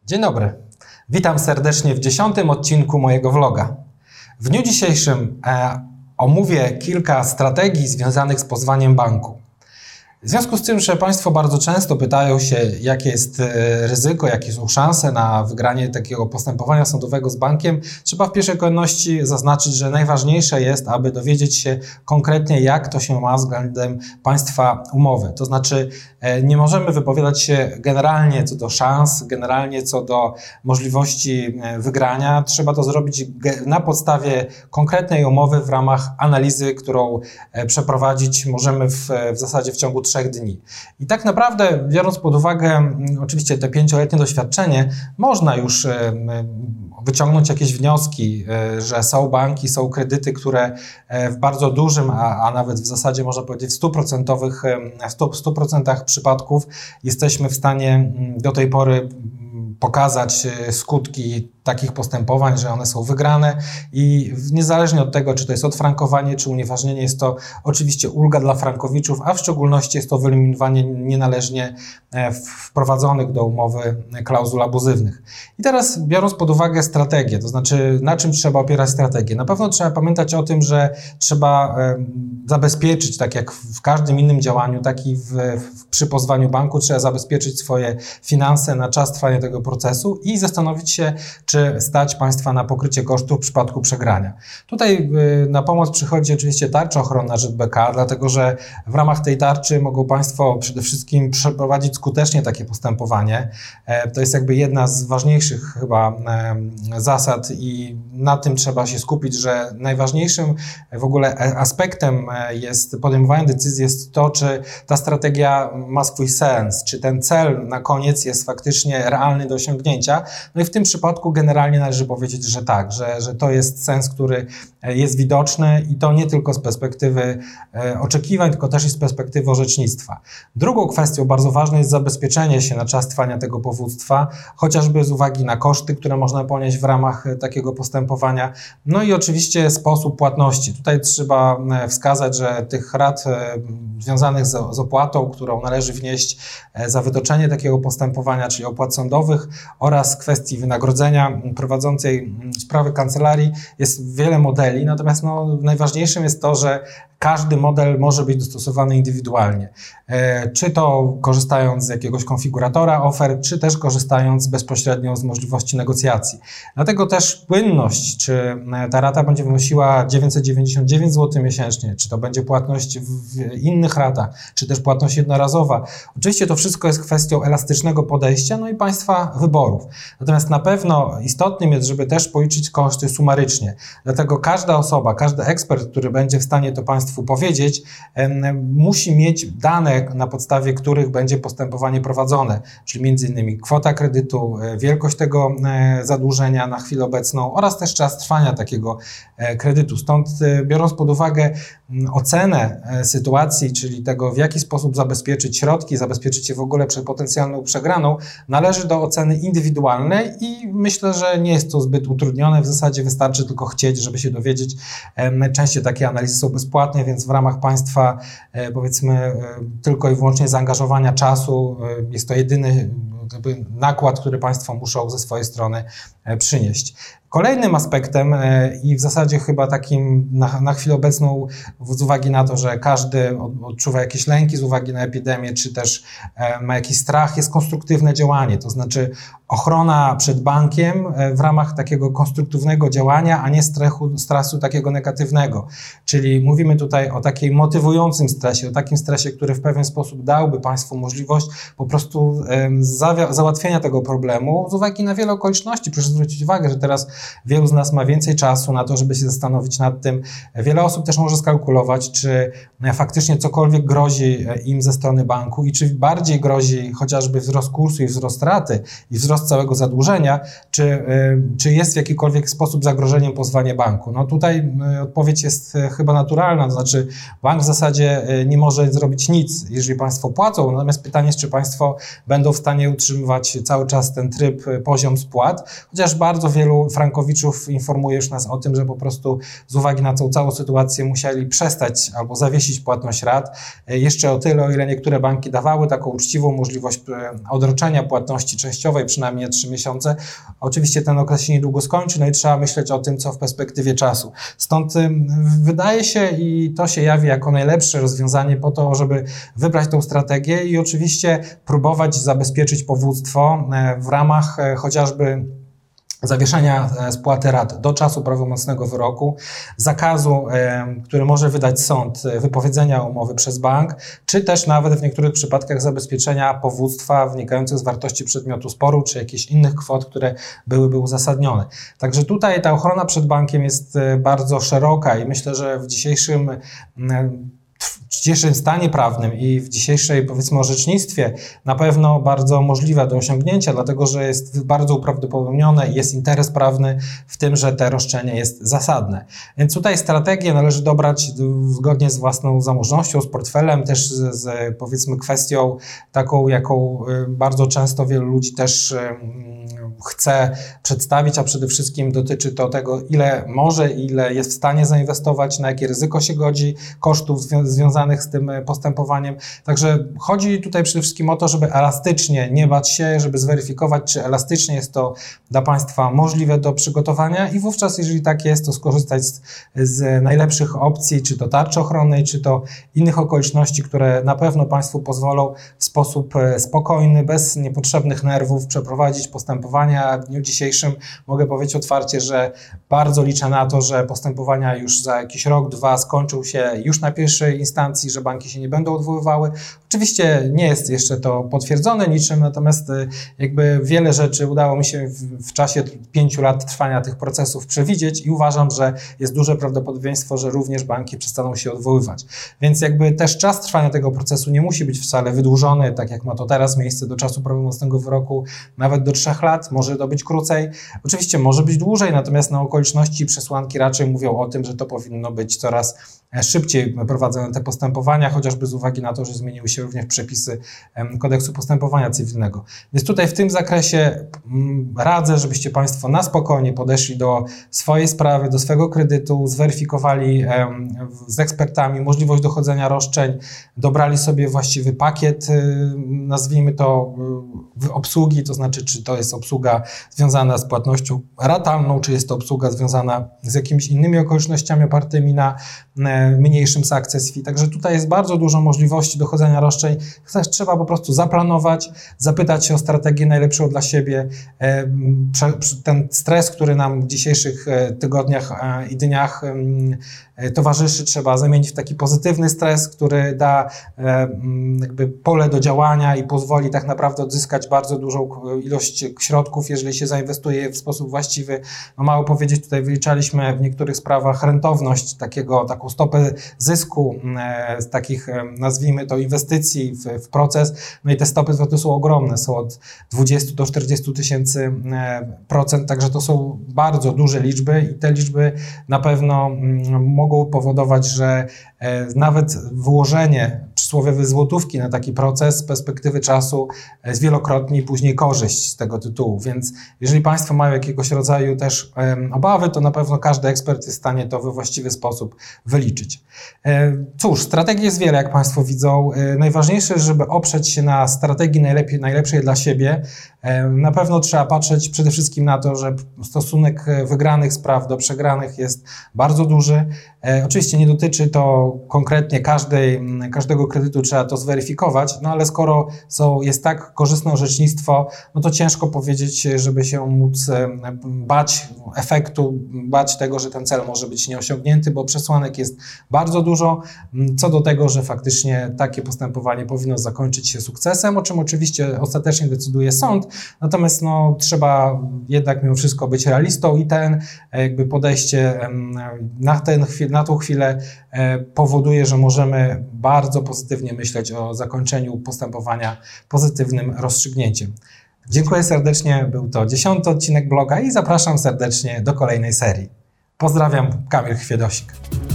Dzień dobry, witam serdecznie w 10. odcinku mojego vloga. W dniu dzisiejszym omówię kilka strategii związanych z pozwaniem banku. W związku z tym, że Państwo bardzo często pytają się, jakie jest ryzyko, jakie są szanse na wygranie takiego postępowania sądowego z bankiem, trzeba w pierwszej kolejności zaznaczyć, że najważniejsze jest, aby dowiedzieć się konkretnie, jak to się ma względem Państwa umowy. To znaczy nie możemy wypowiadać się generalnie co do szans, generalnie co do możliwości wygrania. Trzeba to zrobić na podstawie konkretnej umowy w ramach analizy, którą przeprowadzić możemy w zasadzie w ciągu 3 dni. I tak naprawdę, biorąc pod uwagę oczywiście te 5-letnie doświadczenie, można już wyciągnąć jakieś wnioski, że są banki, są kredyty, które w bardzo dużym, a nawet w zasadzie można powiedzieć w 100% przypadków jesteśmy w stanie do tej pory pokazać skutki takich postępowań, że one są wygrane i niezależnie od tego, czy to jest odfrankowanie, czy unieważnienie, jest to oczywiście ulga dla frankowiczów, a w szczególności jest to wyeliminowanie nienależnie wprowadzonych do umowy klauzul abuzywnych. I teraz biorąc pod uwagę strategię, to znaczy na czym trzeba opierać strategię? Na pewno trzeba pamiętać o tym, że trzeba zabezpieczyć, tak jak w każdym innym działaniu, tak i przy pozwaniu banku trzeba zabezpieczyć swoje finanse na czas trwania tego procesu i zastanowić się, czy stać Państwa na pokrycie kosztów w przypadku przegrania. Tutaj na pomoc przychodzi oczywiście tarcza ochronna ŻBK, dlatego że w ramach tej tarczy mogą Państwo przede wszystkim przeprowadzić skutecznie takie postępowanie. To jest jakby jedna z ważniejszych chyba zasad i na tym trzeba się skupić, że najważniejszym w ogóle aspektem jest podejmowania decyzji jest to, czy ta strategia ma swój sens, czy ten cel na koniec jest faktycznie realny do osiągnięcia. No i w tym przypadku generalnie należy powiedzieć, że tak, że to jest sens, który jest widoczny i to nie tylko z perspektywy oczekiwań, tylko też i z perspektywy orzecznictwa. Drugą kwestią bardzo ważną jest zabezpieczenie się na czas trwania tego powództwa, chociażby z uwagi na koszty, które można ponieść w ramach takiego postępowania, no i oczywiście sposób płatności. Tutaj trzeba wskazać, że tych rat związanych z opłatą, którą należy wnieść za wytoczenie takiego postępowania, czyli opłat sądowych oraz kwestii wynagrodzenia prowadzącej sprawy kancelarii jest wiele modeli, natomiast najważniejszym jest to, że każdy model może być dostosowany indywidualnie. Czy to korzystając z jakiegoś konfiguratora ofert, czy też korzystając bezpośrednio z możliwości negocjacji. Dlatego też płynność, czy ta rata będzie wynosiła 999 zł miesięcznie, czy to będzie płatność w innych ratach, czy też płatność jednorazowa. Oczywiście to wszystko jest kwestią elastycznego podejścia, no i Państwa wyborów. Natomiast na pewno istotnym jest, żeby też policzyć koszty sumarycznie. Dlatego każda osoba, każdy ekspert, który będzie w stanie to Państwu powiedzieć, musi mieć dane, na podstawie których będzie postępowanie prowadzone, czyli między innymi kwota kredytu, wielkość tego zadłużenia na chwilę obecną oraz też czas trwania takiego kredytu. Stąd biorąc pod uwagę ocenę sytuacji, czyli tego, w jaki sposób zabezpieczyć środki, zabezpieczyć je w ogóle przed potencjalną przegraną, należy do oceny indywidualnej i myślę, że nie jest to zbyt utrudnione. W zasadzie wystarczy tylko chcieć, żeby się dowiedzieć. Najczęściej takie analizy są bezpłatne, więc w ramach Państwa, powiedzmy, tylko i wyłącznie zaangażowania czasu jest to jedyny nakład, który Państwo muszą ze swojej strony przynieść. Kolejnym aspektem i w zasadzie chyba takim na chwilę obecną z uwagi na to, że każdy odczuwa jakieś lęki z uwagi na epidemię, czy też ma jakiś strach, jest konstruktywne działanie, to znaczy ochrona przed bankiem w ramach takiego konstruktywnego działania, a nie stresu takiego negatywnego. Czyli mówimy tutaj o takiej motywującym stresie, o takim stresie, który w pewien sposób dałby Państwu możliwość po prostu załatwienia tego problemu z uwagi na wiele okoliczności. Proszę zwrócić uwagę, że teraz wielu z nas ma więcej czasu na to, żeby się zastanowić nad tym. Wiele osób też może skalkulować, czy faktycznie cokolwiek grozi im ze strony banku i czy bardziej grozi chociażby wzrost kursu i wzrost raty i wzrost całego zadłużenia, czy jest w jakikolwiek sposób zagrożeniem pozwanie banku. No tutaj odpowiedź jest chyba naturalna, to znaczy bank w zasadzie nie może zrobić nic, jeżeli Państwo płacą, natomiast pytanie jest, czy Państwo będą w stanie utrzymywać cały czas ten tryb, poziom spłat, chociaż bardzo wielu frankowiczów frankowiczów informuje już nas o tym, że po prostu z uwagi na tą całą sytuację musieli przestać albo zawiesić płatność rat. Jeszcze o tyle, o ile niektóre banki dawały taką uczciwą możliwość odroczenia płatności częściowej, przynajmniej 3 miesiące. Oczywiście ten okres się niedługo skończy, no i trzeba myśleć o tym, co w perspektywie czasu. Stąd wydaje się i to się jawi jako najlepsze rozwiązanie po to, żeby wybrać tą strategię i oczywiście próbować zabezpieczyć powództwo w ramach chociażby zawieszenia spłaty rat do czasu prawomocnego wyroku, zakazu, który może wydać sąd, wypowiedzenia umowy przez bank, czy też nawet w niektórych przypadkach zabezpieczenia powództwa wynikających z wartości przedmiotu sporu, czy jakichś innych kwot, które byłyby uzasadnione. Także tutaj ta ochrona przed bankiem jest bardzo szeroka i myślę, że w dzisiejszym stanie prawnym i w dzisiejszej, powiedzmy, orzecznictwie na pewno bardzo możliwe do osiągnięcia, dlatego że jest bardzo uprawdopodobnione i jest interes prawny w tym, że te roszczenie jest zasadne. Więc tutaj strategię należy dobrać zgodnie z własną zamożnością, z portfelem, też z powiedzmy kwestią taką, jaką bardzo często wielu ludzi też chce przedstawić, a przede wszystkim dotyczy to tego, ile może, ile jest w stanie zainwestować, na jakie ryzyko się godzi, kosztów związanych z tym postępowaniem. Także chodzi tutaj przede wszystkim o to, żeby elastycznie nie bać się, żeby zweryfikować, czy elastycznie jest to dla Państwa możliwe do przygotowania i wówczas, jeżeli tak jest, to skorzystać z najlepszych opcji, czy to tarczy ochronnej, czy to innych okoliczności, które na pewno Państwu pozwolą w sposób spokojny, bez niepotrzebnych nerwów przeprowadzić postępowania. W dniu dzisiejszym mogę powiedzieć otwarcie, że bardzo liczę na to, że postępowania już za jakiś rok, 2 skończą się już na pierwszej instancji, że banki się nie będą odwoływały. Oczywiście nie jest jeszcze to potwierdzone niczym, natomiast jakby wiele rzeczy udało mi się w czasie 5 lat trwania tych procesów przewidzieć i uważam, że jest duże prawdopodobieństwo, że również banki przestaną się odwoływać. Więc jakby też czas trwania tego procesu nie musi być wcale wydłużony, tak jak ma to teraz miejsce do czasu prawomocnego wyroku, nawet do 3 lat, może to być krócej. Oczywiście może być dłużej, natomiast na okoliczności i przesłanki raczej mówią o tym, że to powinno być coraz szybciej prowadzone te postępowania, chociażby z uwagi na to, że zmieniły się również przepisy Kodeksu Postępowania Cywilnego. Więc tutaj w tym zakresie radzę, żebyście Państwo na spokojnie podeszli do swojej sprawy, do swojego kredytu, zweryfikowali z ekspertami możliwość dochodzenia roszczeń, dobrali sobie właściwy pakiet, nazwijmy to obsługi, to znaczy czy to jest obsługa związana z płatnością ratalną, czy jest to obsługa związana z jakimiś innymi okolicznościami opartymi na mniejszym success fee. Także tutaj jest bardzo dużo możliwości dochodzenia roszczeń. Trzeba po prostu zaplanować, zapytać się o strategię najlepszą dla siebie. Ten stres, który nam w dzisiejszych tygodniach i dniach towarzyszy, trzeba zamienić w taki pozytywny stres, który da jakby pole do działania i pozwoli tak naprawdę odzyskać bardzo dużą ilość środków, jeżeli się zainwestuje je w sposób właściwy. No mało powiedzieć, tutaj wyliczaliśmy w niektórych sprawach rentowność, taką stopę zysku z takich, nazwijmy to, inwestycji w proces. No i te stopy zwrotu są ogromne, są od 20 do 40 tysięcy %, także to są bardzo duże liczby i te liczby na pewno mogą powodować, że nawet wyłożenie przysłowiowej złotówki na taki proces z perspektywy czasu zwielokrotni później korzyść z tego tytułu. Więc jeżeli Państwo mają jakiegoś rodzaju też obawy, to na pewno każdy ekspert jest w stanie to we właściwy sposób wyliczyć. Cóż, strategii jest wiele, jak Państwo widzą. Najważniejsze, żeby oprzeć się na strategii najlepszej dla siebie. Na pewno trzeba patrzeć przede wszystkim na to, że stosunek wygranych spraw do przegranych jest bardzo duży. Oczywiście nie dotyczy to konkretnie każdego kredytu, trzeba to zweryfikować, no ale skoro jest tak korzystne orzecznictwo, no to ciężko powiedzieć, żeby się móc bać efektu, bać tego, że ten cel może być nieosiągnięty, bo przesłanek jest bardzo dużo, co do tego, że faktycznie takie postępowanie powinno zakończyć się sukcesem, o czym oczywiście ostatecznie decyduje sąd, natomiast no, trzeba jednak mimo wszystko być realistą i jakby podejście na tą chwilę powoduje, że możemy bardzo pozytywnie myśleć o zakończeniu postępowania pozytywnym rozstrzygnięciem. Dziękuję serdecznie, był to 10. odcinek bloga i zapraszam serdecznie do kolejnej serii. Pozdrawiam, Kamil Chwiedosik.